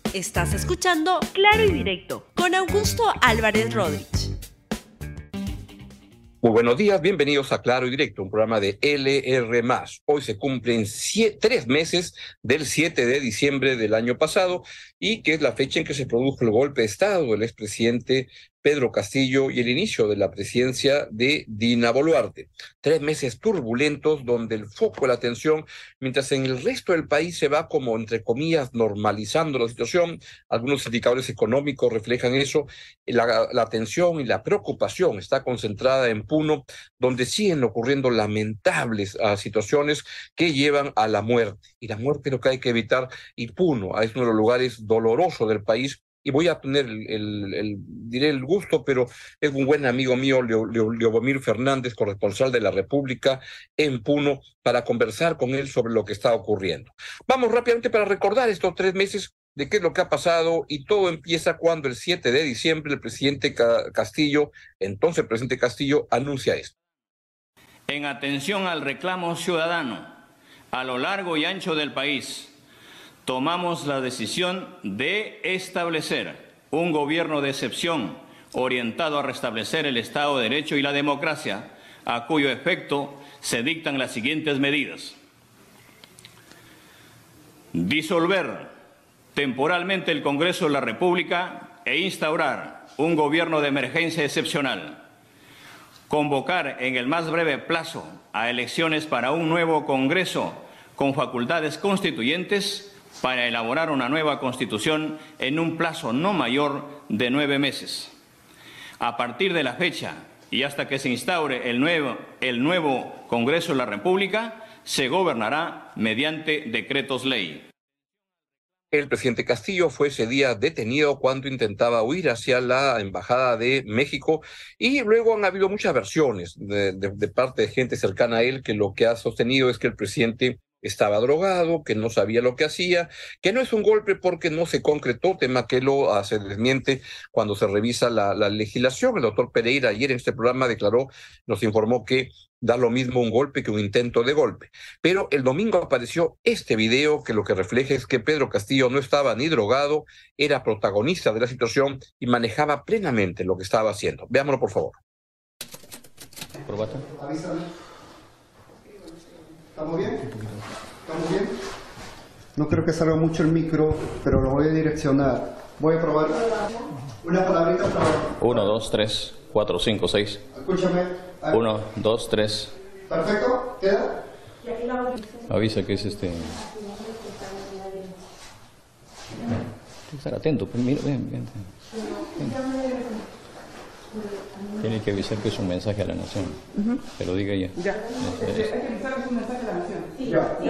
Estás escuchando Claro y Directo con Augusto Álvarez Rodríguez. Muy buenos días, bienvenidos a Claro y Directo, un programa de LR+. Hoy se cumplen 3 meses del 7 de diciembre del año pasado y que es la fecha en que se produjo el golpe de Estado del expresidente Pedro Castillo y el inicio de la presidencia de Dina Boluarte. 3 meses turbulentos donde el foco de la atención, mientras en el resto del país se va como, entre comillas, normalizando la situación, algunos indicadores económicos reflejan eso, la atención y la preocupación está concentrada en Puno, donde siguen ocurriendo lamentables situaciones que llevan a la muerte. Y la muerte es lo que hay que evitar, y Puno es uno de los lugares dolorosos del país. Y voy a tener diré el gusto, pero es un buen amigo mío, Leobomir Fernández, corresponsal de La República en Puno, para conversar con él sobre lo que está ocurriendo. Vamos rápidamente para recordar estos 3 meses de qué es lo que ha pasado, y todo empieza cuando el 7 de diciembre el presidente Castillo, entonces el presidente Castillo, anuncia esto. En atención al reclamo ciudadano a lo largo y ancho del país, tomamos la decisión de establecer un gobierno de excepción orientado a restablecer el Estado de Derecho y la democracia, a cuyo efecto se dictan las siguientes medidas. Disolver temporalmente el Congreso de la República e instaurar un gobierno de emergencia excepcional. Convocar en el más breve plazo a elecciones para un nuevo Congreso con facultades constituyentes para elaborar una nueva Constitución en un plazo no mayor de 9 meses. A partir de la fecha y hasta que se instaure el nuevo Congreso de la República, se gobernará mediante decretos ley. El presidente Castillo fue ese día detenido cuando intentaba huir hacia la Embajada de México, y luego han habido muchas versiones de parte de gente cercana a él, que lo que ha sostenido es que el presidente estaba drogado, que no sabía lo que hacía, que no es un golpe porque no se concretó, tema que se desmiente cuando se revisa la legislación. El doctor Pereira ayer en este programa nos informó que da lo mismo un golpe que un intento de golpe. Pero el domingo apareció este video que lo que refleja es que Pedro Castillo no estaba ni drogado, era protagonista de la situación y manejaba plenamente lo que estaba haciendo. Veámoslo, por favor. Avísame. ¿Estamos bien? ¿Estamos bien? No creo que salga mucho el micro, pero lo voy a direccionar. Voy a probar una palabrita para... 1, 2, 3, 4, 5, 6. Escúchame. 1, 2, 3. ¿Perfecto? ¿Queda? Avisa que es Tienes que estar atento. Pues mira, ven. Tiene que avisar que es un mensaje a la nación. Pero diga ya. Ya. Hay que avisar que es un mensaje a la nación. Ya.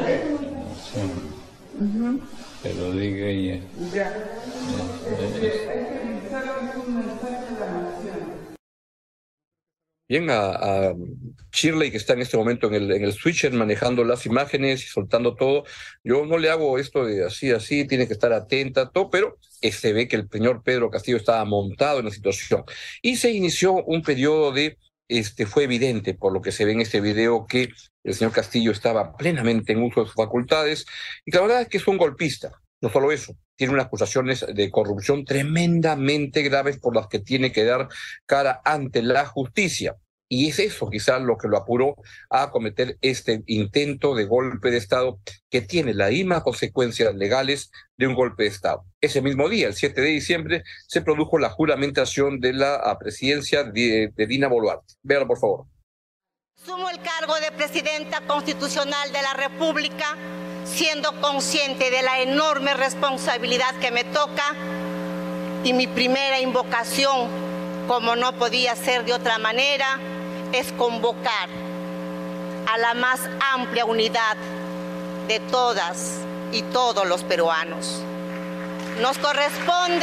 Pero diga ya. Ya. Hay que avisar que es un mensaje a la nación. Bien, a Shirley, que está en este momento en el switcher manejando las imágenes y soltando todo. Yo no le hago esto de así, tiene que estar atenta, todo, pero se ve que el señor Pedro Castillo estaba montado en la situación. Y se inició un periodo fue evidente por lo que se ve en este video que el señor Castillo estaba plenamente en uso de sus facultades, y la verdad es que es un golpista. No solo eso, tiene unas acusaciones de corrupción tremendamente graves por las que tiene que dar cara ante la justicia. Y es eso quizás lo que lo apuró a cometer este intento de golpe de Estado, que tiene las mismas consecuencias legales de un golpe de Estado. Ese mismo día, el 7 de diciembre, se produjo la juramentación de la presidencia de Dina Boluarte. Véanlo, por favor. Asumo el cargo de presidenta constitucional de la República, siendo consciente de la enorme responsabilidad que me toca, y mi primera invocación, como no podía ser de otra manera, es convocar a la más amplia unidad de todas y todos los peruanos. Nos corresponde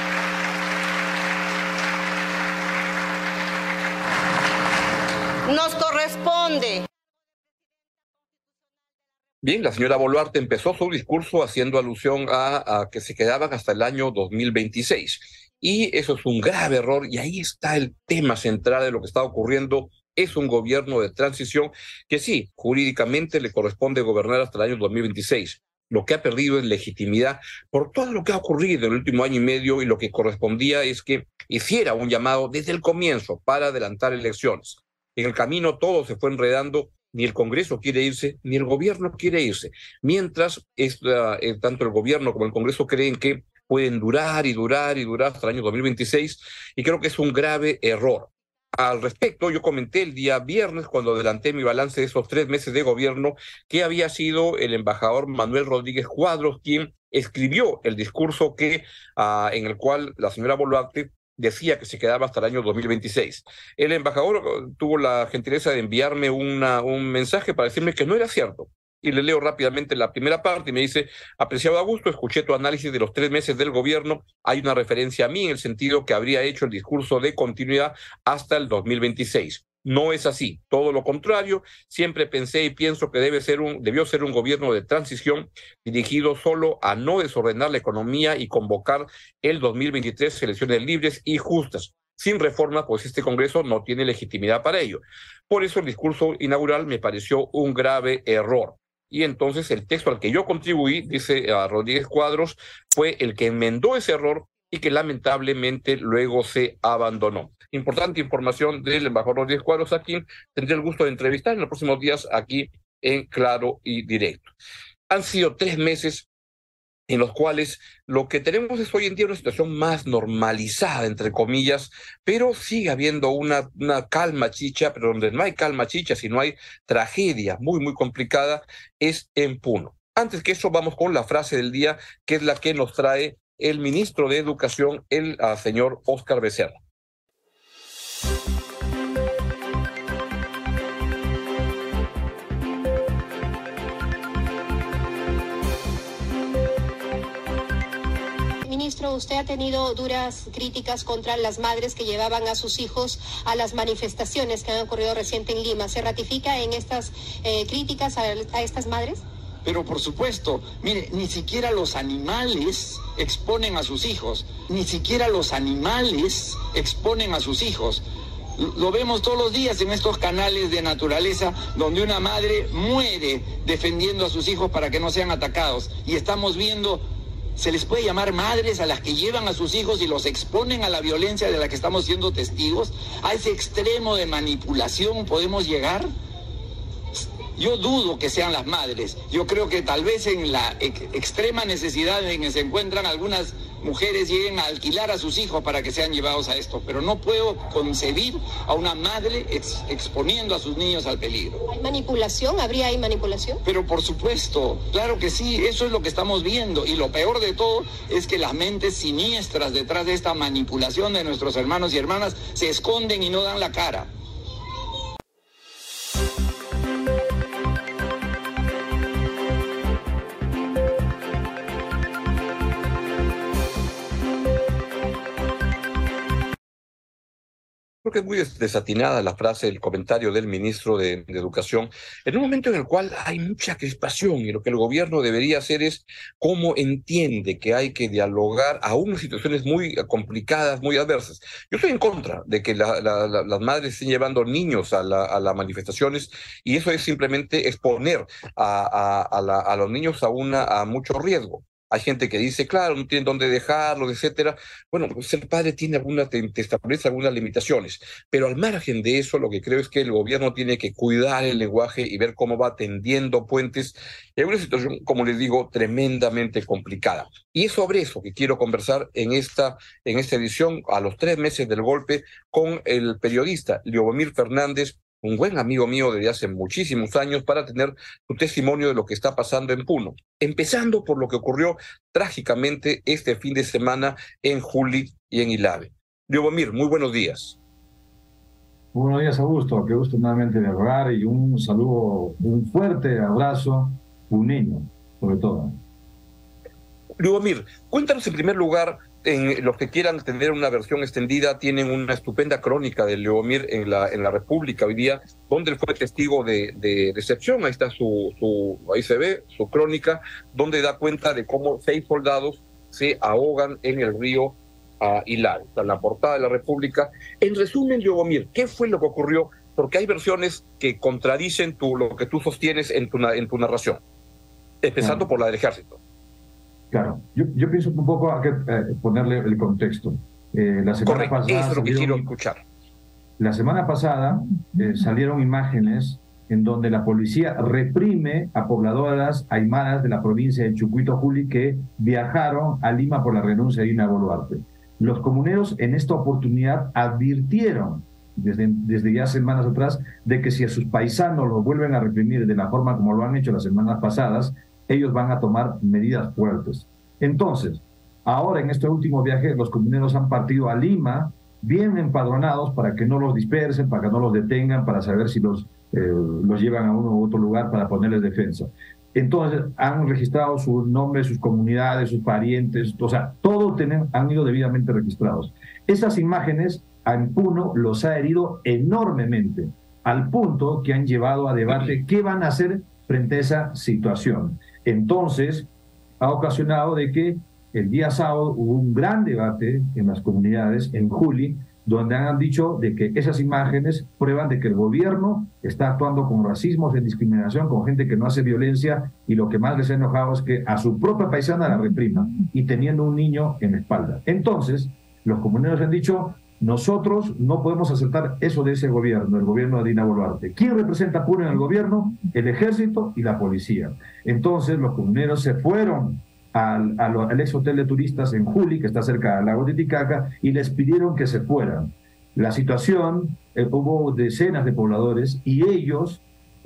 Bien, la señora Boluarte empezó su discurso haciendo alusión a que se quedaban hasta el año 2026. Y eso es un grave error, y ahí está el tema central de lo que está ocurriendo. Es un gobierno de transición que sí, jurídicamente le corresponde gobernar hasta el año 2026. lo que ha perdido es legitimidad por todo lo que ha ocurrido en el último año y medio, y lo que correspondía es que hiciera un llamado desde el comienzo para adelantar elecciones. En el camino todo se fue enredando, ni el Congreso quiere irse, ni el gobierno quiere irse, mientras tanto el gobierno como el Congreso creen que pueden durar y durar y durar hasta el año 2026, y creo que es un grave error. Al respecto, yo comenté el día viernes, cuando adelanté mi balance de esos 3 meses de gobierno, que había sido el embajador Manuel Rodríguez Cuadros quien escribió el discurso en el cual la señora Boluarte decía que se quedaba hasta el año 2026. El embajador tuvo la gentileza de enviarme un mensaje para decirme que no era cierto. Y le leo rápidamente la primera parte y me dice: apreciado Augusto, escuché tu análisis de los 3 meses del gobierno. Hay una referencia a mí en el sentido que habría hecho el discurso de continuidad hasta el 2026. No es así, todo lo contrario. Siempre pensé y pienso que debió ser un gobierno de transición dirigido solo a no desordenar la economía y convocar el 2023 elecciones libres y justas. Sin reforma, pues este Congreso no tiene legitimidad para ello. Por eso el discurso inaugural me pareció un grave error. Y entonces el texto al que yo contribuí, dice Rodríguez Cuadros, fue el que enmendó ese error y que lamentablemente luego se abandonó. Importante información del embajador Rodríguez Cuadros, a quien tendré el gusto de entrevistar en los próximos días aquí en Claro y Directo. Han sido 3 meses en los cuales lo que tenemos es hoy en día una situación más normalizada, entre comillas, pero sigue habiendo una calma chicha, pero donde no hay calma chicha, sino hay tragedia muy, muy complicada, es en Puno. Antes que eso, vamos con la frase del día, que es la que nos trae el ministro de Educación, el señor Óscar Becerra. Ministro, usted ha tenido duras críticas contra las madres que llevaban a sus hijos a las manifestaciones que han ocurrido reciente en Lima. ¿Se ratifica en estas críticas a estas madres? Pero por supuesto, mire, ni siquiera los animales exponen a sus hijos. Ni siquiera los animales exponen a sus hijos. Lo vemos todos los días en estos canales de naturaleza donde una madre muere defendiendo a sus hijos para que no sean atacados. Y estamos viendo... ¿Se les puede llamar madres a las que llevan a sus hijos y los exponen a la violencia de la que estamos siendo testigos? ¿A ese extremo de manipulación podemos llegar? Yo dudo que sean las madres. Yo creo que tal vez en la extrema necesidad en que se encuentran algunas mujeres lleguen a alquilar a sus hijos para que sean llevados a esto. Pero no puedo concebir a una madre exponiendo a sus niños al peligro. ¿Hay manipulación? ¿Habría ahí manipulación? Pero por supuesto, claro que sí, eso es lo que estamos viendo. Y lo peor de todo es que las mentes siniestras detrás de esta manipulación de nuestros hermanos y hermanas se esconden y no dan la cara. Creo que es muy desatinada la frase, el comentario del ministro de Educación, en un momento en el cual hay mucha crispación y lo que el gobierno debería hacer es cómo entiende que hay que dialogar aún en situaciones muy complicadas, muy adversas. Yo estoy en contra de que las madres estén llevando niños a las manifestaciones, y eso es simplemente exponer a los niños a mucho riesgo. Hay gente que dice, claro, no tienen dónde dejarlos, etcétera. Bueno, pues ser padre te establece algunas limitaciones, pero al margen de eso, lo que creo es que el gobierno tiene que cuidar el lenguaje y ver cómo va tendiendo puentes en una situación, como les digo, tremendamente complicada. Y es sobre eso que quiero conversar en esta edición, a los 3 meses del golpe, con el periodista Liobomir Fernández, un buen amigo mío desde hace muchísimos años, para tener su testimonio de lo que está pasando en Puno. Empezando por lo que ocurrió trágicamente este fin de semana en Juli y en Ilave. Liobomir, muy buenos días. Muy buenos días, Augusto. Qué gusto nuevamente dialogar, y un saludo, un fuerte abrazo puneño, sobre todo. Liobomir, cuéntanos en primer lugar, los que quieran tener una versión extendida, tienen una estupenda crónica de Liobomir en la República hoy día, donde él fue testigo de recepción. Ahí está ahí se ve su crónica, donde da cuenta de cómo 6 soldados se ahogan en el río Ilave. Está en la portada de la República. En resumen, Liobomir, ¿qué fue lo que ocurrió? Porque hay versiones que contradicen lo que tú sostienes en tu narración. empezando por la del ejército. Claro, yo pienso un poco a que ponerle el contexto. La semana pasada eso es lo que quiero escuchar. La semana pasada salieron imágenes en donde la policía reprime a pobladoras aymaras de la provincia de Chucuito, Juli, que viajaron a Lima por la renuncia de Dina Boluarte. Los comuneros en esta oportunidad advirtieron desde ya semanas atrás de que si a sus paisanos los vuelven a reprimir de la forma como lo han hecho las semanas pasadas, ellos van a tomar medidas fuertes. Entonces, ahora en este último viaje, los comuneros han partido a Lima bien empadronados para que no los dispersen, para que no los detengan, para saber si los llevan a uno u otro lugar para ponerles defensa. Entonces, han registrado su nombre, sus comunidades, sus parientes, o sea, todos han ido debidamente registrados. Esas imágenes en Puno los ha herido enormemente, al punto que han llevado a debate qué van a hacer frente a esa situación. Entonces, ha ocasionado de que el día sábado hubo un gran debate en las comunidades, en Juli, donde han dicho de que esas imágenes prueban de que el gobierno está actuando con racismo, en discriminación, con gente que no hace violencia, y lo que más les ha enojado es que a su propia paisana la reprima, y teniendo un niño en la espalda. Entonces, los comuneros han dicho, nosotros no podemos aceptar eso de ese gobierno, el gobierno de Dina Boluarte. ¿Quién representa a Puno en el gobierno? El ejército y la policía. Entonces, los comuneros se fueron al ex hotel de turistas en Juli, que está cerca del lago Titicaca, y les pidieron que se fueran. La situación, hubo decenas de pobladores y ellos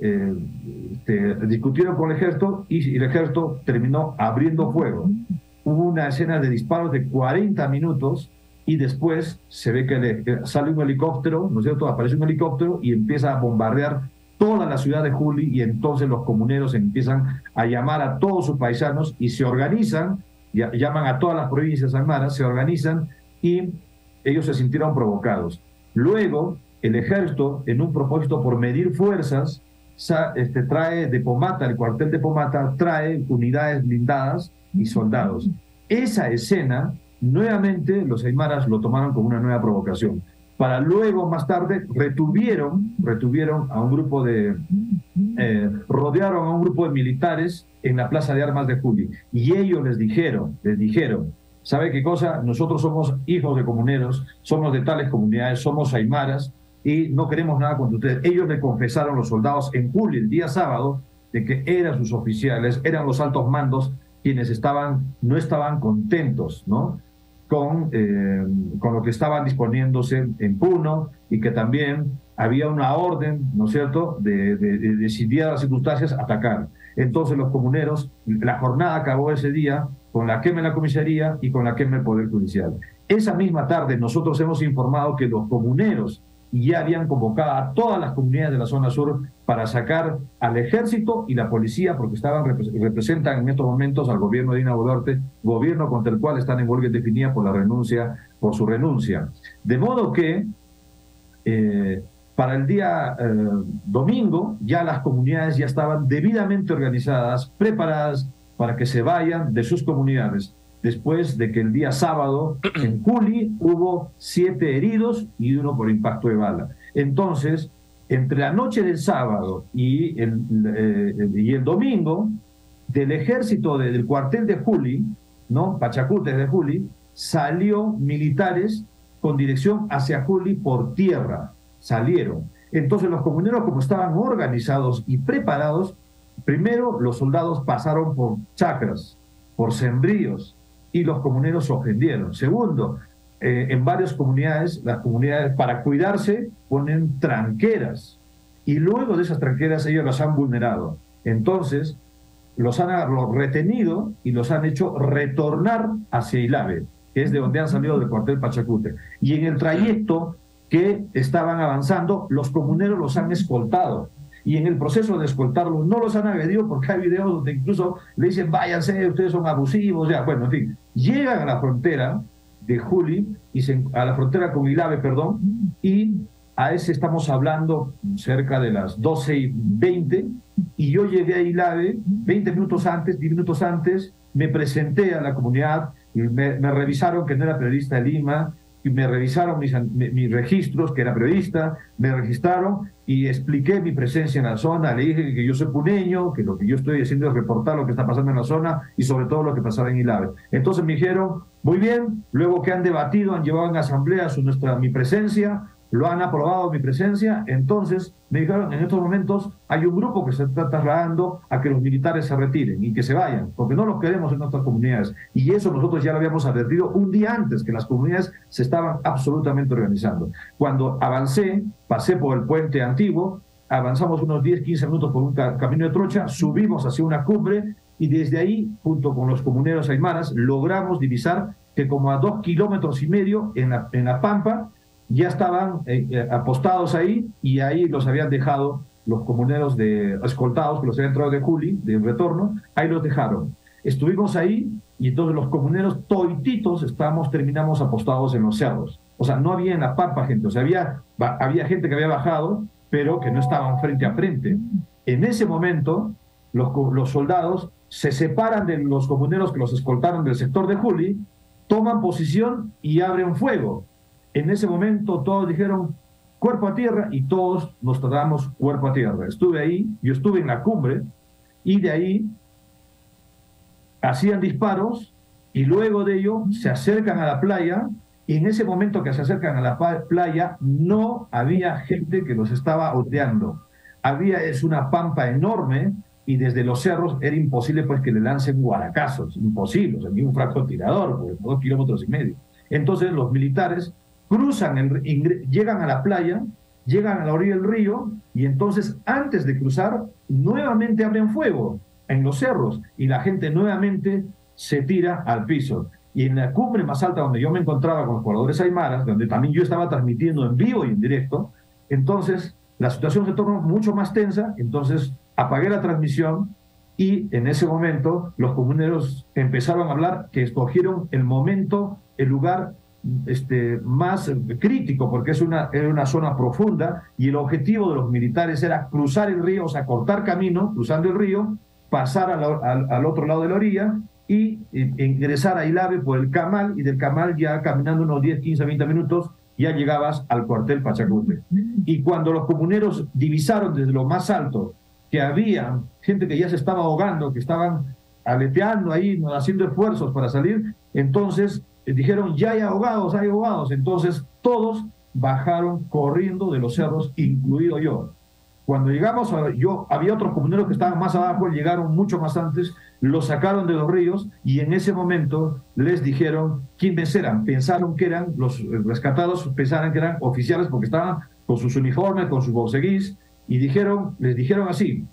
discutieron con el ejército y el ejército terminó abriendo fuego. Hubo una escena de disparos de 40 minutos y después se ve que sale un helicóptero, ¿no es cierto? Aparece un helicóptero y empieza a bombardear toda la ciudad de Juli, y entonces los comuneros empiezan a llamar a todos sus paisanos y se organizan, llaman a todas las provincias aymaras, se organizan y ellos se sintieron provocados. Luego, el ejército, en un propósito por medir fuerzas, trae de Pomata, el cuartel de Pomata, trae unidades blindadas y soldados. Esa escena, nuevamente los aymaras lo tomaron como una nueva provocación. Para luego, más tarde, retuvieron a un grupo rodearon a un grupo de militares en la plaza de armas de Juli. Y ellos les dijeron, ¿sabe qué cosa? Nosotros somos hijos de comuneros, somos de tales comunidades, somos aymaras, y no queremos nada contra ustedes. Ellos le confesaron, los soldados, en Juli, el día sábado, de que eran sus oficiales, eran los altos mandos quienes no estaban contentos, ¿no?, con lo que estaban disponiéndose en Puno, y que también había una orden, ¿no es cierto?, de si dieran las circunstancias, atacar. Entonces los comuneros, la jornada acabó ese día con la quema en la comisaría y con la quema del Poder Judicial. Esa misma tarde nosotros hemos informado que los comuneros ya habían convocado a todas las comunidades de la zona sur para sacar al ejército y la policía, porque representan en estos momentos al gobierno de Dina Boluarte, gobierno contra el cual están en huelga indefinida por su renuncia. De modo que para el día domingo ya las comunidades ya estaban debidamente organizadas, preparadas para que se vayan de sus comunidades, después de que el día sábado en Juli hubo 7 heridos y 1 por impacto de bala. Entonces, entre la noche del sábado y el domingo, del ejército del cuartel de Juli, ¿no?, Pachacútec de Juli, salió militares con dirección hacia Juli por tierra, salieron. Entonces los comuneros, como estaban organizados y preparados, primero los soldados pasaron por chacras, por sembríos, y los comuneros se ofendieron. Segundo, en varias comunidades, las comunidades para cuidarse ponen tranqueras, y luego de esas tranqueras ellos las han vulnerado. Entonces los han retenido y los han hecho retornar hacia Ilave, que es de donde han salido del cuartel Pachacútec. Y en el trayecto que estaban avanzando, los comuneros los han escoltado. Y en el proceso de escoltarlos no los han agredido, porque hay videos donde incluso le dicen, váyanse, ustedes son abusivos, ya, bueno, en fin. Llegan a la frontera de Juli, a la frontera con Ilave, y a ese estamos hablando cerca de las 12:20, y yo llegué a Ilave 10 minutos antes, me presenté a la comunidad, y me revisaron que no era periodista de Lima, y me revisaron mis registros, que era periodista, me registraron y expliqué mi presencia en la zona, le dije que yo soy puneño, que lo que yo estoy haciendo es reportar lo que está pasando en la zona y sobre todo lo que pasaba en Ilave. Entonces me dijeron, muy bien, luego que han debatido, han llevado en asamblea mi presencia, lo han aprobado mi presencia, entonces me dijeron, en estos momentos hay un grupo que se está trasladando a que los militares se retiren y que se vayan, porque no los queremos en nuestras comunidades. Y eso nosotros ya lo habíamos advertido un día antes, que las comunidades se estaban absolutamente organizando. Cuando avancé, pasé por el puente antiguo, avanzamos unos 10-15 minutos por un camino de trocha, subimos hacia una cumbre y desde ahí, junto con los comuneros aymaras, logramos divisar que como a 2,5 kilómetros en la pampa, ya estaban apostados ahí y ahí los habían dejado los comuneros escoltados que los habían traído de Juli, de retorno, ahí los dejaron. Estuvimos ahí y entonces los comuneros toititos terminamos apostados en los cerros. O sea, no había en la pampa gente, o sea, había gente que había bajado, pero que no estaban frente a frente. En ese momento, los soldados se separan de los comuneros que los escoltaron del sector de Juli, toman posición y abren fuego. En ese momento todos dijeron cuerpo a tierra y todos nos tratamos cuerpo a tierra. Estuve ahí, yo estuve en la cumbre y de ahí hacían disparos y luego de ello se acercan a la playa y en ese momento que se acercan a la playa no había gente que los estaba oteando. Es una pampa enorme y desde los cerros era imposible pues que le lancen guaracazos, imposible, o sea, ni un francotirador, pues, 2,5 kilómetros. Entonces los militares llegan a la playa, llegan a la orilla del río y entonces antes de cruzar nuevamente abren fuego en los cerros y la gente nuevamente se tira al piso. Y en la cumbre más alta donde yo me encontraba con los pobladores aymaras, donde también yo estaba transmitiendo en vivo y en directo, entonces la situación se tornó mucho más tensa, entonces apagué la transmisión y en ese momento los comuneros empezaron a hablar que escogieron el momento, el lugar más crítico, porque era una zona profunda y el objetivo de los militares era cruzar el río, o sea, cortar camino, cruzando el río, pasar al otro lado de la orilla y ingresar a Ilave por el Camal y del Camal ya caminando unos 10, 15, 20 minutos ya llegabas al cuartel Pachacute. Y cuando los comuneros divisaron desde lo más alto que había gente que ya se estaba ahogando, que estaban aleteando ahí, haciendo esfuerzos para salir, entonces dijeron, ya hay ahogados, hay ahogados. Entonces todos bajaron corriendo de los cerros, incluido yo. Cuando llegamos, había otros comuneros que estaban más abajo, llegaron mucho más antes, los sacaron de los ríos y en ese momento les dijeron quiénes eran. Pensaron que eran los rescatados, pensaron que eran oficiales porque estaban con sus uniformes, con sus borceguís y les dijeron así,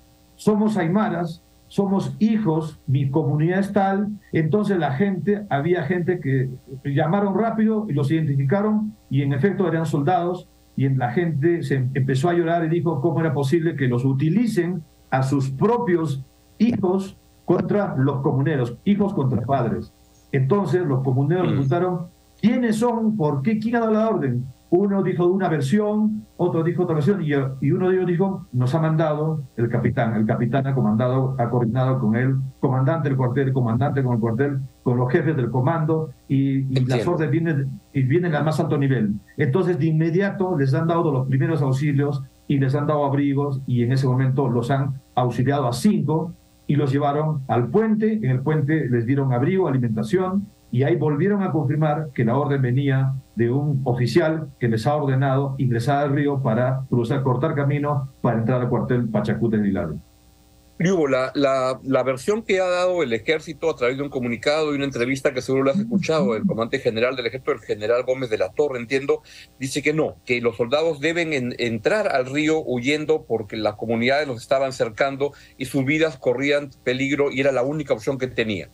somos aymaras, somos hijos, mi comunidad es tal. Entonces había gente que llamaron rápido y los identificaron y en efecto eran soldados y la gente se empezó a llorar y dijo cómo era posible que los utilicen a sus propios hijos contra los comuneros, hijos contra padres. Entonces los comuneros preguntaron quiénes son, por qué, quién ha dado la orden. Uno dijo una versión, otro dijo otra versión, y uno de ellos dijo, nos ha mandado el capitán ha coordinado con el comandante del cuartel, comandante con el cuartel, con los jefes del comando, y las órdenes vienen al más alto nivel. Entonces de inmediato les han dado los primeros auxilios y les han dado abrigos, y en ese momento los han auxiliado a 5 y los llevaron al puente. En el puente les dieron abrigo, alimentación, y ahí volvieron a confirmar que la orden venía de un oficial que les ha ordenado ingresar al río para cortar camino para entrar al cuartel Pachacute de Ilave. Hugo, la versión que ha dado el ejército a través de un comunicado y una entrevista que seguro lo has escuchado, el comandante general del ejército, el general Gómez de la Torre, entiendo, dice que no, que los soldados deben entrar al río huyendo porque las comunidades los estaban cercando y sus vidas corrían peligro y era la única opción que tenían.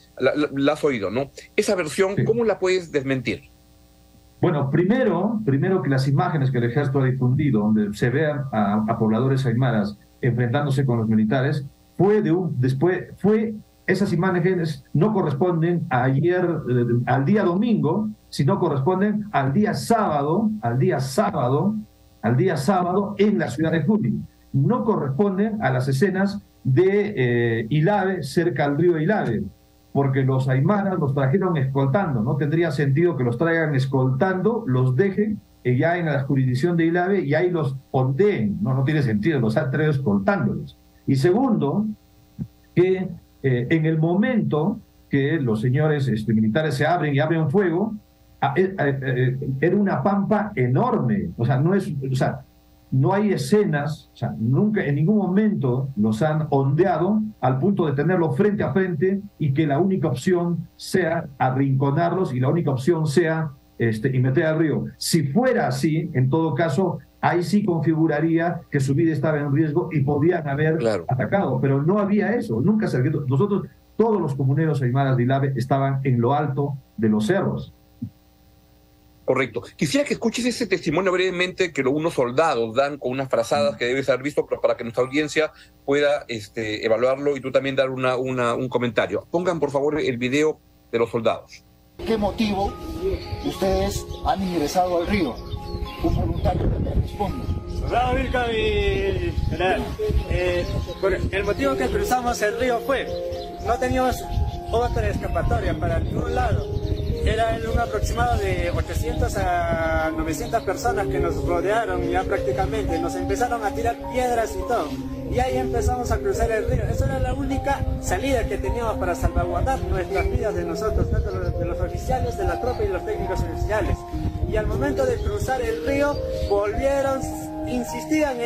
La has oído, ¿no? Esa versión, sí. ¿Cómo la puedes desmentir? Bueno, primero que las imágenes que el ejército ha difundido, donde se vean a pobladores aymaras enfrentándose con los militares, esas imágenes no corresponden al día domingo, sino corresponden al día sábado en la ciudad de Juli. No corresponden a las escenas de Ilave, cerca al río Ilave. porque los aymaras los trajeron escoltando. No tendría sentido que los traigan escoltando, los dejen ya en la jurisdicción de ILAVE y ahí los ondeen. No tiene sentido, los han traído escoltándolos. Y segundo, que en el momento que los señores militares se abren y abren fuego, era una pampa enorme. No hay escenas, nunca, en ningún momento los han ondeado al punto de tenerlos frente a frente y que la única opción sea arrinconarlos y la única opción sea y meter al río. Si fuera así, en todo caso, ahí sí configuraría que su vida estaba en riesgo y podían haber atacado, pero no había eso, nunca se había. Nosotros, todos los comuneros aymaras de ILAVE estaban en lo alto de los cerros. Correcto. Quisiera que escuches ese testimonio brevemente que unos soldados dan con unas frazadas que debes haber visto, pero para que nuestra audiencia pueda evaluarlo y tú también dar un comentario. Pongan, por favor, el video de los soldados. ¿Qué motivo ustedes han ingresado al río? Un voluntario que me responda. Bravo, Vilca, mi general. El motivo que cruzamos el río fue, no teníamos otra escapatoria para ningún lado. Era un aproximado de 800 a 900 personas que nos rodearon ya prácticamente. Nos empezaron a tirar piedras y todo. Y ahí empezamos a cruzar el río. Esa era la única salida que teníamos para salvaguardar nuestras vidas de nosotros, tanto de los oficiales, de la tropa y los técnicos oficiales. Y al momento de cruzar el río, insistieron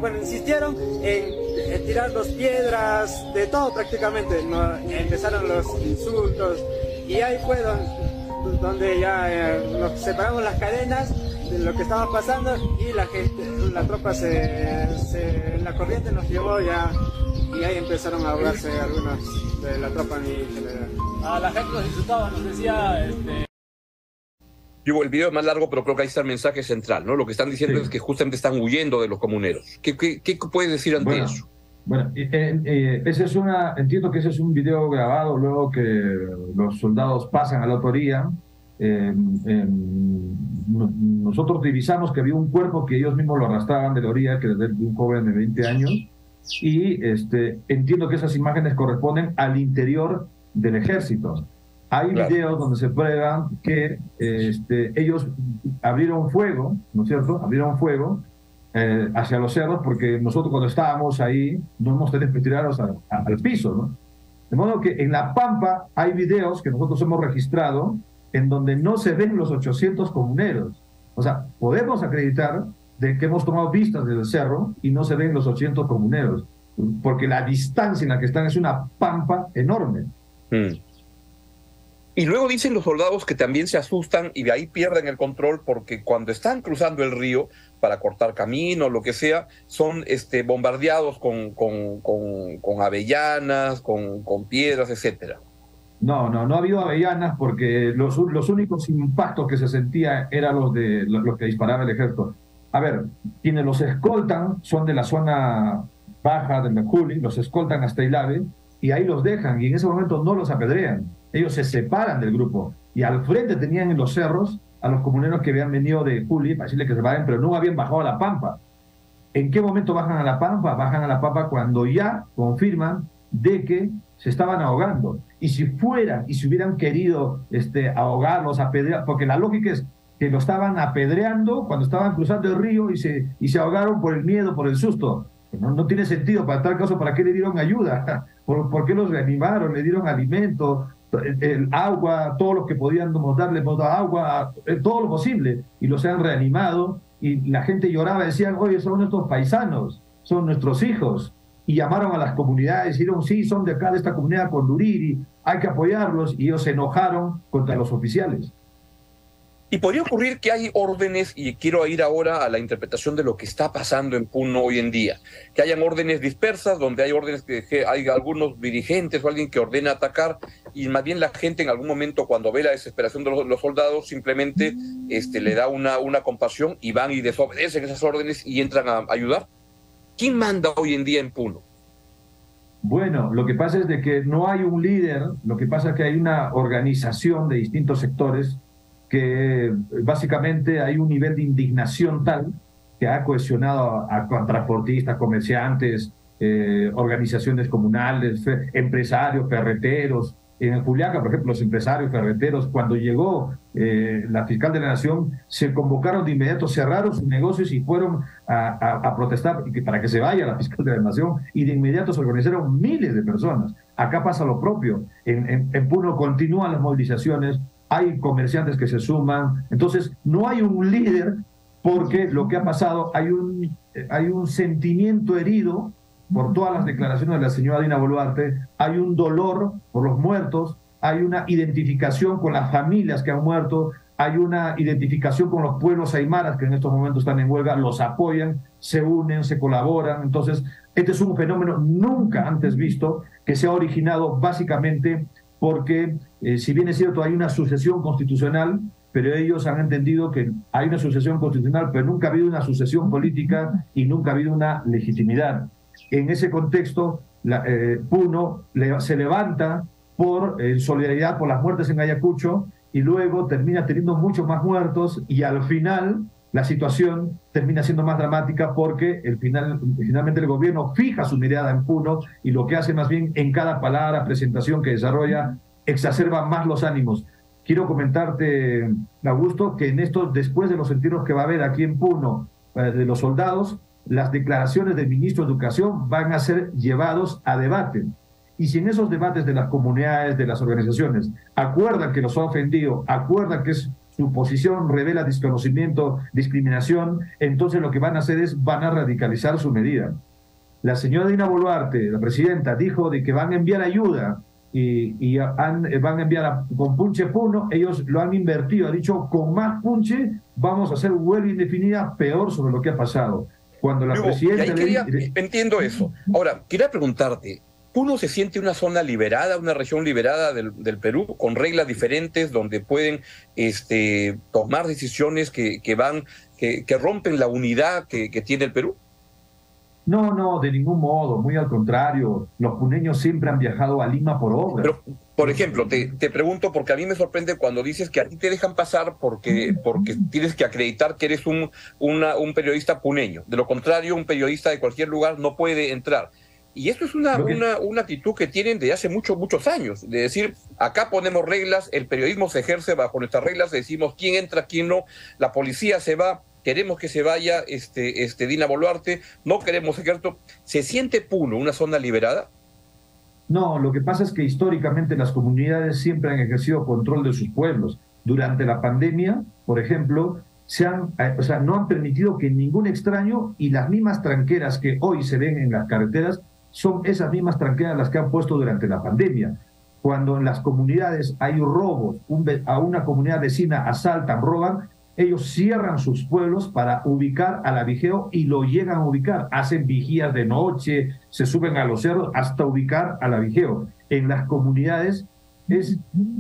en tirarnos piedras, de todo prácticamente. Empezaron los insultos y ahí fue donde ya nos separamos las cadenas de lo que estaba pasando y la tropa la corriente nos llevó ya y ahí empezaron a ahogarse algunos de la tropa en general. A la gente nos insultaba, nos decía... El video es más largo, pero creo que ahí está el mensaje central, ¿no? Lo que están diciendo es que justamente están huyendo de los comuneros. ¿Qué puedes decir ante eso? Bueno, entiendo que ese es un video grabado luego que los soldados pasan a la autoría. Nosotros divisamos que había un cuerpo que ellos mismos lo arrastraban de la orilla, que era de un joven de 20 años, y entiendo que esas imágenes corresponden al interior del ejército. Hay videos donde se prueba que ellos abrieron fuego, ¿no es cierto? Abrieron fuego hacia los cerros, porque nosotros cuando estábamos ahí no hemos tenido que tirarnos al piso, ¿no? De modo que en la pampa hay videos que nosotros hemos registrado en donde no se ven los 800 comuneros. O sea, podemos acreditar de que hemos tomado vistas desde el cerro y no se ven los 800 comuneros, porque la distancia en la que están es una pampa enorme. Y luego dicen los soldados que también se asustan y de ahí pierden el control porque cuando están cruzando el río para cortar camino, lo que sea, son bombardeados con avellanas, con piedras, etcétera. No ha habido avellanas porque los únicos impactos que se sentía eran los que disparaba el ejército. A ver, quienes los escoltan son de la zona baja del Mejuli, los escoltan hasta ILAVE y ahí los dejan y en ese momento no los apedrean. Ellos se separan del grupo y al frente tenían en los cerros a los comuneros que habían venido de Juli para decirle que se vayan, pero no habían bajado a la pampa. ¿En qué momento bajan a la pampa? Bajan a la pampa cuando ya confirman de que se estaban ahogando. Y si hubieran querido ahogarlos, apedrear, porque la lógica es que lo estaban apedreando cuando estaban cruzando el río y se ahogaron por el miedo, por el susto. No tiene sentido. Para tal caso, ¿para qué le dieron ayuda? ¿Por qué los reanimaron? ¿Le dieron alimento? El agua, todos los que podíamos darle agua, todo lo posible, y los han reanimado, y la gente lloraba, decían, oye, son nuestros paisanos, son nuestros hijos, y llamaron a las comunidades, dijeron, sí, son de acá, de esta comunidad Conduriri, hay que apoyarlos, y ellos se enojaron contra los oficiales. Y podría ocurrir que hay órdenes, y quiero ir ahora a la interpretación de lo que está pasando en Puno hoy en día, que hayan órdenes dispersas, donde hay órdenes que hay algunos dirigentes o alguien que ordena atacar, y más bien la gente en algún momento cuando ve la desesperación de los soldados simplemente le da una compasión y van y desobedecen esas órdenes y entran a ayudar. ¿Quién manda hoy en día en Puno? Bueno, lo que pasa es de que no hay un líder, lo que pasa es que hay una organización de distintos sectores que básicamente hay un nivel de indignación tal que ha cohesionado a transportistas, comerciantes, organizaciones comunales, empresarios, ferreteros, En Juliaca, por ejemplo, los empresarios ferreteros, cuando llegó la fiscal de la Nación, se convocaron de inmediato, cerraron sus negocios y fueron a protestar para que se vaya la fiscal de la Nación, y de inmediato se organizaron miles de personas. Acá pasa lo propio. En Puno continúan las movilizaciones, hay comerciantes que se suman. Entonces, no hay un líder, porque lo que ha pasado, hay un sentimiento herido por todas las declaraciones de la señora Dina Boluarte, hay un dolor por los muertos, hay una identificación con las familias que han muerto, hay una identificación con los pueblos aymaras que en estos momentos están en huelga, los apoyan, se unen, se colaboran. Entonces, este es un fenómeno nunca antes visto, que se ha originado básicamente porque, si bien es cierto, hay una sucesión constitucional, pero ellos han entendido que hay una sucesión constitucional, pero nunca ha habido una sucesión política y nunca ha habido una legitimidad. En ese contexto, Puno se levanta en solidaridad por las muertes en Ayacucho, y luego termina teniendo muchos más muertos, y al final la situación termina siendo más dramática porque finalmente el gobierno fija su mirada en Puno, y lo que hace más bien en cada palabra, presentación que desarrolla, exacerba más los ánimos. Quiero comentarte, Augusto, que después de los entierros que va a haber aquí en Puno de los soldados, las declaraciones del ministro de Educación van a ser llevados a debate. Y si en esos debates de las comunidades, de las organizaciones, acuerdan que los ha ofendido, acuerdan que su posición revela desconocimiento, discriminación, entonces lo que van a hacer van a radicalizar su medida. La señora Dina Boluarte, la presidenta, dijo de que van a enviar ayuda y van a enviar con punche Puno. Ellos lo han invertido, ha dicho, con más punche vamos a hacer huelga indefinida, peor sobre lo que ha pasado. Cuando la presidenta... Entiendo eso. Ahora, quería preguntarte, ¿Puno se siente una zona liberada, una región liberada del Perú, con reglas diferentes, donde pueden tomar decisiones que rompen la unidad que tiene el Perú? No, de ningún modo, muy al contrario. Los puneños siempre han viajado a Lima por obra. Pero, por ejemplo, te pregunto, porque a mí me sorprende cuando dices que a ti te dejan pasar porque tienes que acreditar que eres un periodista puneño. De lo contrario, un periodista de cualquier lugar no puede entrar. Y esto es una actitud que tienen desde hace muchos años, de decir, acá ponemos reglas, el periodismo se ejerce bajo nuestras reglas, decimos quién entra, quién no, la policía se va, queremos que se vaya Dina Boluarte, no queremos ejército. ¿Se siente Puno una zona liberada? No, lo que pasa es que históricamente las comunidades siempre han ejercido control de sus pueblos. Durante la pandemia, por ejemplo, no han permitido que ningún extraño, y las mismas tranqueras que hoy se ven en las carreteras son esas mismas tranqueras las que han puesto durante la pandemia. Cuando en las comunidades hay robos, a una comunidad vecina asaltan, roban, ellos cierran sus pueblos para ubicar al abigeo, y lo llegan a ubicar. Hacen vigías de noche, se suben a los cerros hasta ubicar al abigeo. En las comunidades es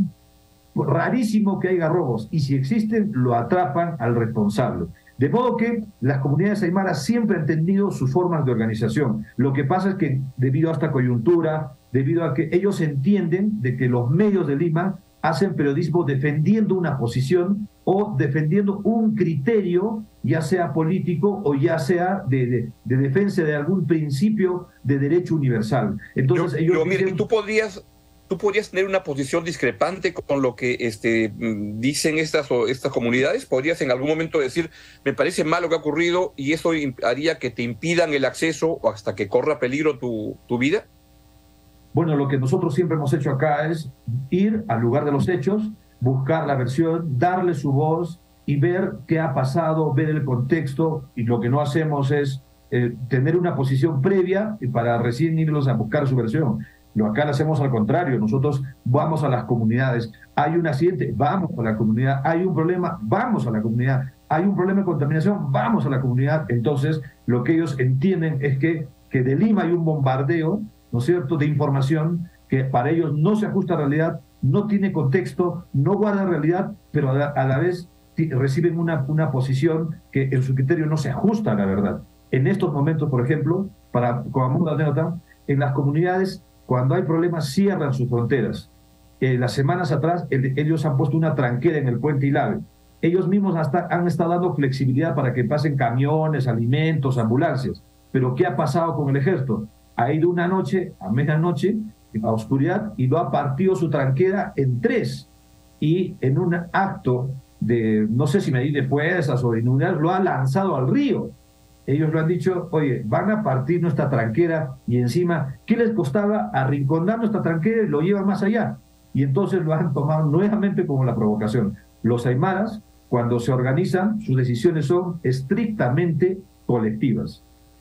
rarísimo que haya robos, y si existen, lo atrapan al responsable. De modo que las comunidades aymaras siempre han tenido sus formas de organización. Lo que pasa es que debido a esta coyuntura, debido a que ellos entienden de que los medios de Lima hacen periodismo defendiendo una posición o defendiendo un criterio, ya sea político o ya sea de defensa de algún principio de derecho universal. Entonces mire, ¿tú podrías tener una posición discrepante con lo que dicen estas comunidades? ¿Podrías en algún momento decir, me parece mal lo que ha ocurrido y eso haría que te impidan el acceso o hasta que corra peligro tu vida? Bueno, lo que nosotros siempre hemos hecho acá es ir al lugar de los hechos, buscar la versión, darle su voz y ver qué ha pasado, ver el contexto, y lo que no hacemos es tener una posición previa para recién irlos a buscar su versión. Acá lo hacemos al contrario, nosotros vamos a las comunidades. Hay un accidente, vamos a la comunidad. Hay un problema, vamos a la comunidad. Hay un problema de contaminación, vamos a la comunidad. Entonces, lo que ellos entienden es que de Lima hay un bombardeo, ¿no es cierto?, de información que para ellos no se ajusta a la realidad, no tiene contexto, no guarda realidad, pero a la vez reciben una posición que en su criterio no se ajusta a la verdad. En estos momentos, por ejemplo, como una anécdota, en las comunidades, cuando hay problemas, cierran sus fronteras. Las semanas atrás, ellos han puesto una tranquera en el puente Ilave. Ellos mismos han estado dando flexibilidad para que pasen camiones, alimentos, ambulancias. Pero ¿qué ha pasado con el ejército? Ha ido una noche, a medianoche, a oscuridad y lo ha partido su tranquera en 3. Y en un acto de, no sé si medir de fuerzas o de inmunidad, lo ha lanzado al río. Ellos lo han dicho, oye, van a partir nuestra tranquera y encima, ¿qué les costaba arrinconar nuestra tranquera y lo llevan más allá? Y entonces lo han tomado nuevamente como la provocación. Los aymaras, cuando se organizan, sus decisiones son estrictamente colectivas.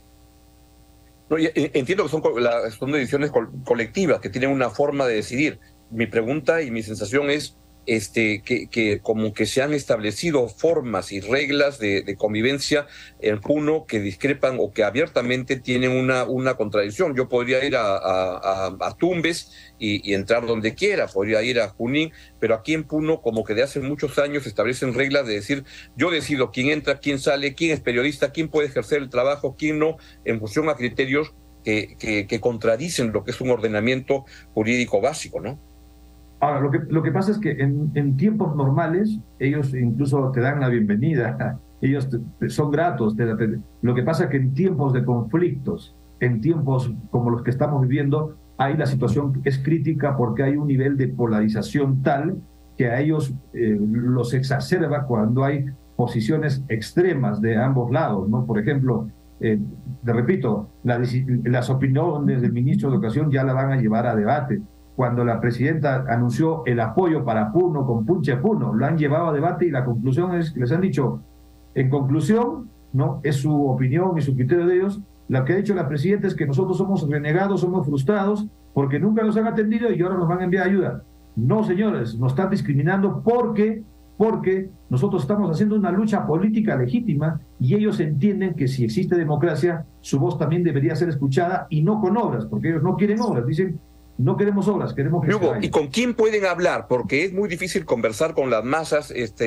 No, entiendo que son decisiones colectivas, que tienen una forma de decidir. Mi pregunta y mi sensación es que como que se han establecido formas y reglas de convivencia en Puno que discrepan o que abiertamente tienen una contradicción. Yo podría ir a Tumbes y entrar donde quiera, podría ir a Junín, pero aquí en Puno como que de hace muchos años se establecen reglas de decir, yo decido quién entra, quién sale, quién es periodista, quién puede ejercer el trabajo, quién no, en función a criterios que contradicen lo que es un ordenamiento jurídico básico, ¿no? Ahora, lo que pasa es que en tiempos normales ellos incluso te dan la bienvenida, ellos son gratos. Lo que pasa es que en tiempos de conflictos, en tiempos como los que estamos viviendo, ahí la situación es crítica porque hay un nivel de polarización tal que a ellos los exacerba cuando hay posiciones extremas de ambos lados, ¿no? Por ejemplo, te repito, las opiniones del ministro de Educación ya la van a llevar a debate. Cuando la presidenta anunció el apoyo para Puno con Punche Puno, lo han llevado a debate y la conclusión es que les han dicho, en conclusión, ¿no? Es su opinión y su criterio de ellos, lo que ha dicho la presidenta es que nosotros somos renegados, somos frustrados, porque nunca nos han atendido y ahora nos van a enviar ayuda. No, señores, nos están discriminando porque nosotros estamos haciendo una lucha política legítima y ellos entienden que si existe democracia, su voz también debería ser escuchada y no con obras, porque ellos no quieren obras, dicen, no queremos obras, queremos que Hugo, ¿y con quién pueden hablar? Porque es muy difícil conversar con las masas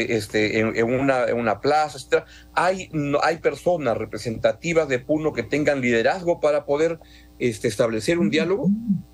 en una plaza, etc. ¿Hay personas representativas de Puno que tengan liderazgo para poder establecer un diálogo?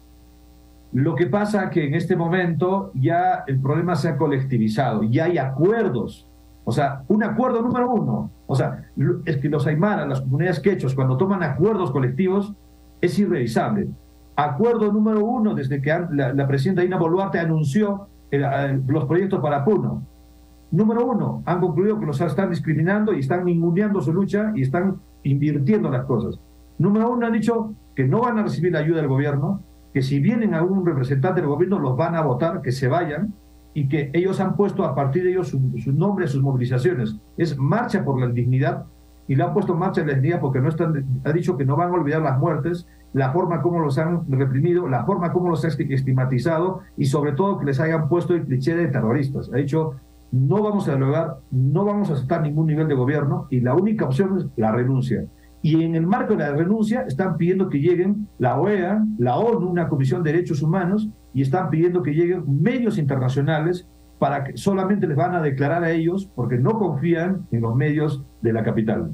Lo que pasa es que en este momento ya el problema se ha colectivizado, ya hay acuerdos. O sea, un acuerdo número 1. O sea, es que los aymaras, las comunidades quechuas, cuando toman acuerdos colectivos, es irrevisable. Acuerdo número 1, desde que la presidenta Dina Boluarte anunció los proyectos para Puno. Número 1, han concluido que los están discriminando y están ninguneando su lucha y están invirtiendo las cosas. Número 1, han dicho que no van a recibir la ayuda del gobierno, que si vienen algún representante del gobierno los van a votar, que se vayan, y que ellos han puesto a partir de ellos su nombre, sus movilizaciones. Es Marcha por la Dignidad, y la han puesto en marcha la dignidad porque ha dicho que no van a olvidar las muertes, la forma como los han reprimido, la forma como los han estigmatizado y sobre todo que les hayan puesto el cliché de terroristas. Ha dicho, no vamos a dialogar, no vamos a aceptar ningún nivel de gobierno y la única opción es la renuncia. Y en el marco de la renuncia están pidiendo que lleguen la OEA, la ONU, una Comisión de Derechos Humanos, y están pidiendo que lleguen medios internacionales para que solamente les van a declarar a ellos porque no confían en los medios de la capital.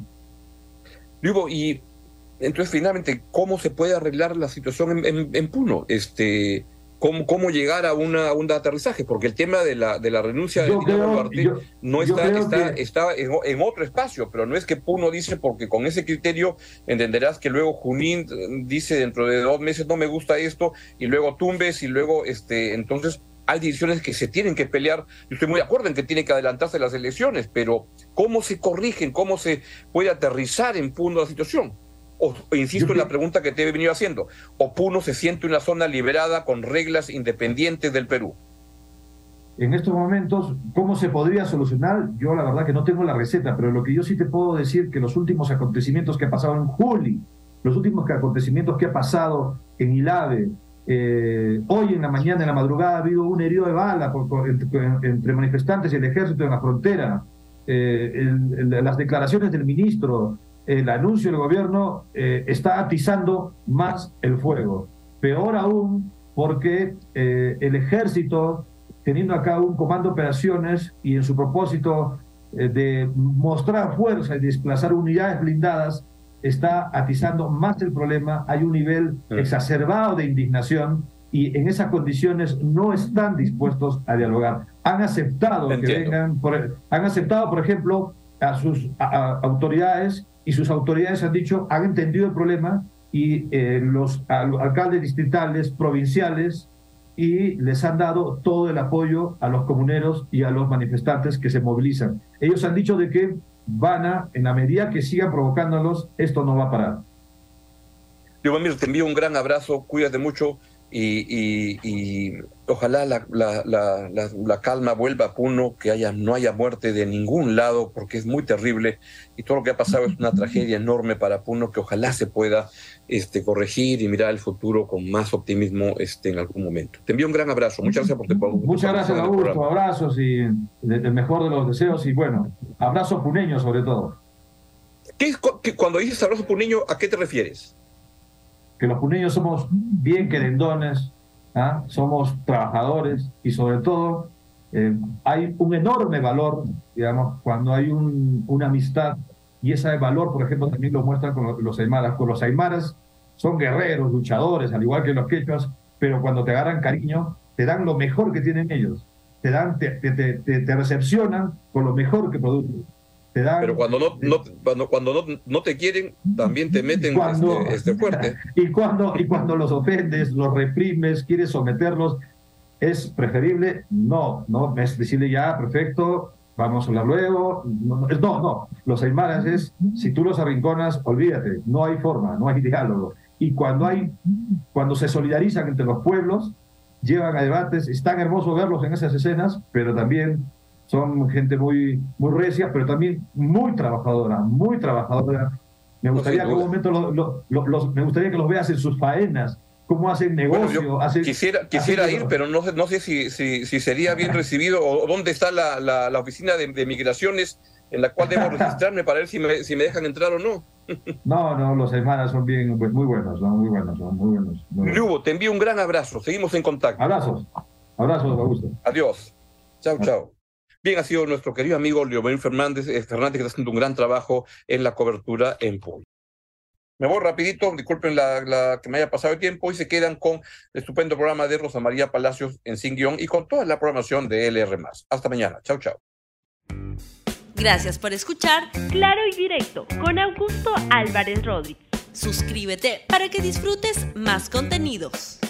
Hugo, y entonces finalmente, ¿cómo se puede arreglar la situación en Puno? ¿Cómo llegar a un aterrizaje? Porque el tema de la renuncia de Dina Boluarte está en otro espacio, pero no es que Puno dice, porque con ese criterio entenderás que luego Junín dice dentro de 2 meses no me gusta esto, y luego Tumbes, y luego entonces hay decisiones que se tienen que pelear. Yo estoy muy de acuerdo en que tienen que adelantarse las elecciones, pero ¿cómo se corrigen? ¿Cómo se puede aterrizar en Puno la situación? O insisto en la pregunta que te he venido haciendo, ¿o Puno se siente una zona liberada con reglas independientes del Perú? En estos momentos, ¿cómo se podría solucionar? Yo la verdad que no tengo la receta, pero lo que yo sí te puedo decir que los últimos acontecimientos que ha pasado en Juli, los últimos acontecimientos que ha pasado en Ilave, hoy en la mañana, en la madrugada, ha habido un herido de bala entre manifestantes y el ejército en la frontera, las declaraciones del ministro, el anuncio del gobierno está atizando más el fuego. Peor aún porque el ejército, teniendo acá un comando de operaciones y en su propósito de mostrar fuerza y desplazar unidades blindadas, está atizando más el problema. Hay un nivel exacerbado de indignación y en esas condiciones no están dispuestos a dialogar. Han aceptado que vengan, han aceptado, por ejemplo, a sus autoridades, y sus autoridades han dicho, han entendido el problema y los alcaldes distritales, provinciales, y les han dado todo el apoyo a los comuneros y a los manifestantes que se movilizan. Ellos han dicho de que en la medida que sigan provocándolos, esto no va a parar. Liubomir, te envío un gran abrazo, cuídate mucho y ojalá la calma vuelva a Puno, que no haya muerte de ningún lado, porque es muy terrible y todo lo que ha pasado es una tragedia enorme para Puno, que ojalá se pueda corregir y mirar el futuro con más optimismo en algún momento. Te envío un gran abrazo, muchas gracias por tu Muchas gracias, Augusto, abrazos y el mejor de los deseos y bueno, abrazo puneño sobre todo. Cuando dices abrazo puneño, ¿a qué te refieres? Que los puneños somos bien querendones, ¿ah? Somos trabajadores y sobre todo hay un enorme valor, digamos, cuando hay una amistad, y ese valor, por ejemplo, también lo muestran con los aymaras. Con los aymaras son guerreros, luchadores, al igual que los quechuas, pero cuando te agarran cariño, te dan lo mejor que tienen ellos, te recepcionan con lo mejor que producen. Pero cuando no te quieren, también te meten fuerte. Y cuando los ofendes, los reprimes, quieres someterlos, es preferible no es decirle ya, perfecto, vamos a hablar luego. No, los aymaras es, si tú los arrinconas, olvídate, no hay forma, no hay diálogo. Y cuando se solidarizan entre los pueblos, llevan a debates, es tan hermoso verlos en esas escenas, pero también son gente muy recia, pero también muy trabajadora. Me gustaría que en algún momento me gustaría que los veas en sus faenas, cómo hacen negocio. Bueno, quisiera ir, pero no sé si sería bien recibido o dónde está la oficina de migraciones en la cual debo registrarme para ver si me dejan entrar o no. No, los hermanos son muy buenos, muy buenos. Liubo, te envío un gran abrazo, seguimos en contacto. Abrazos, Augusto. Adiós. Chao. Bien, ha sido nuestro querido amigo Liubomir Fernández, que está haciendo un gran trabajo en la cobertura en Puno. Me voy rapidito, disculpen la que me haya pasado el tiempo, y se quedan con el estupendo programa de Rosa María Palacios en Sin Guión y con toda la programación de LR+. Hasta mañana. Chao. Gracias por escuchar Claro y Directo con Augusto Álvarez Rodríguez. Suscríbete para que disfrutes más contenidos.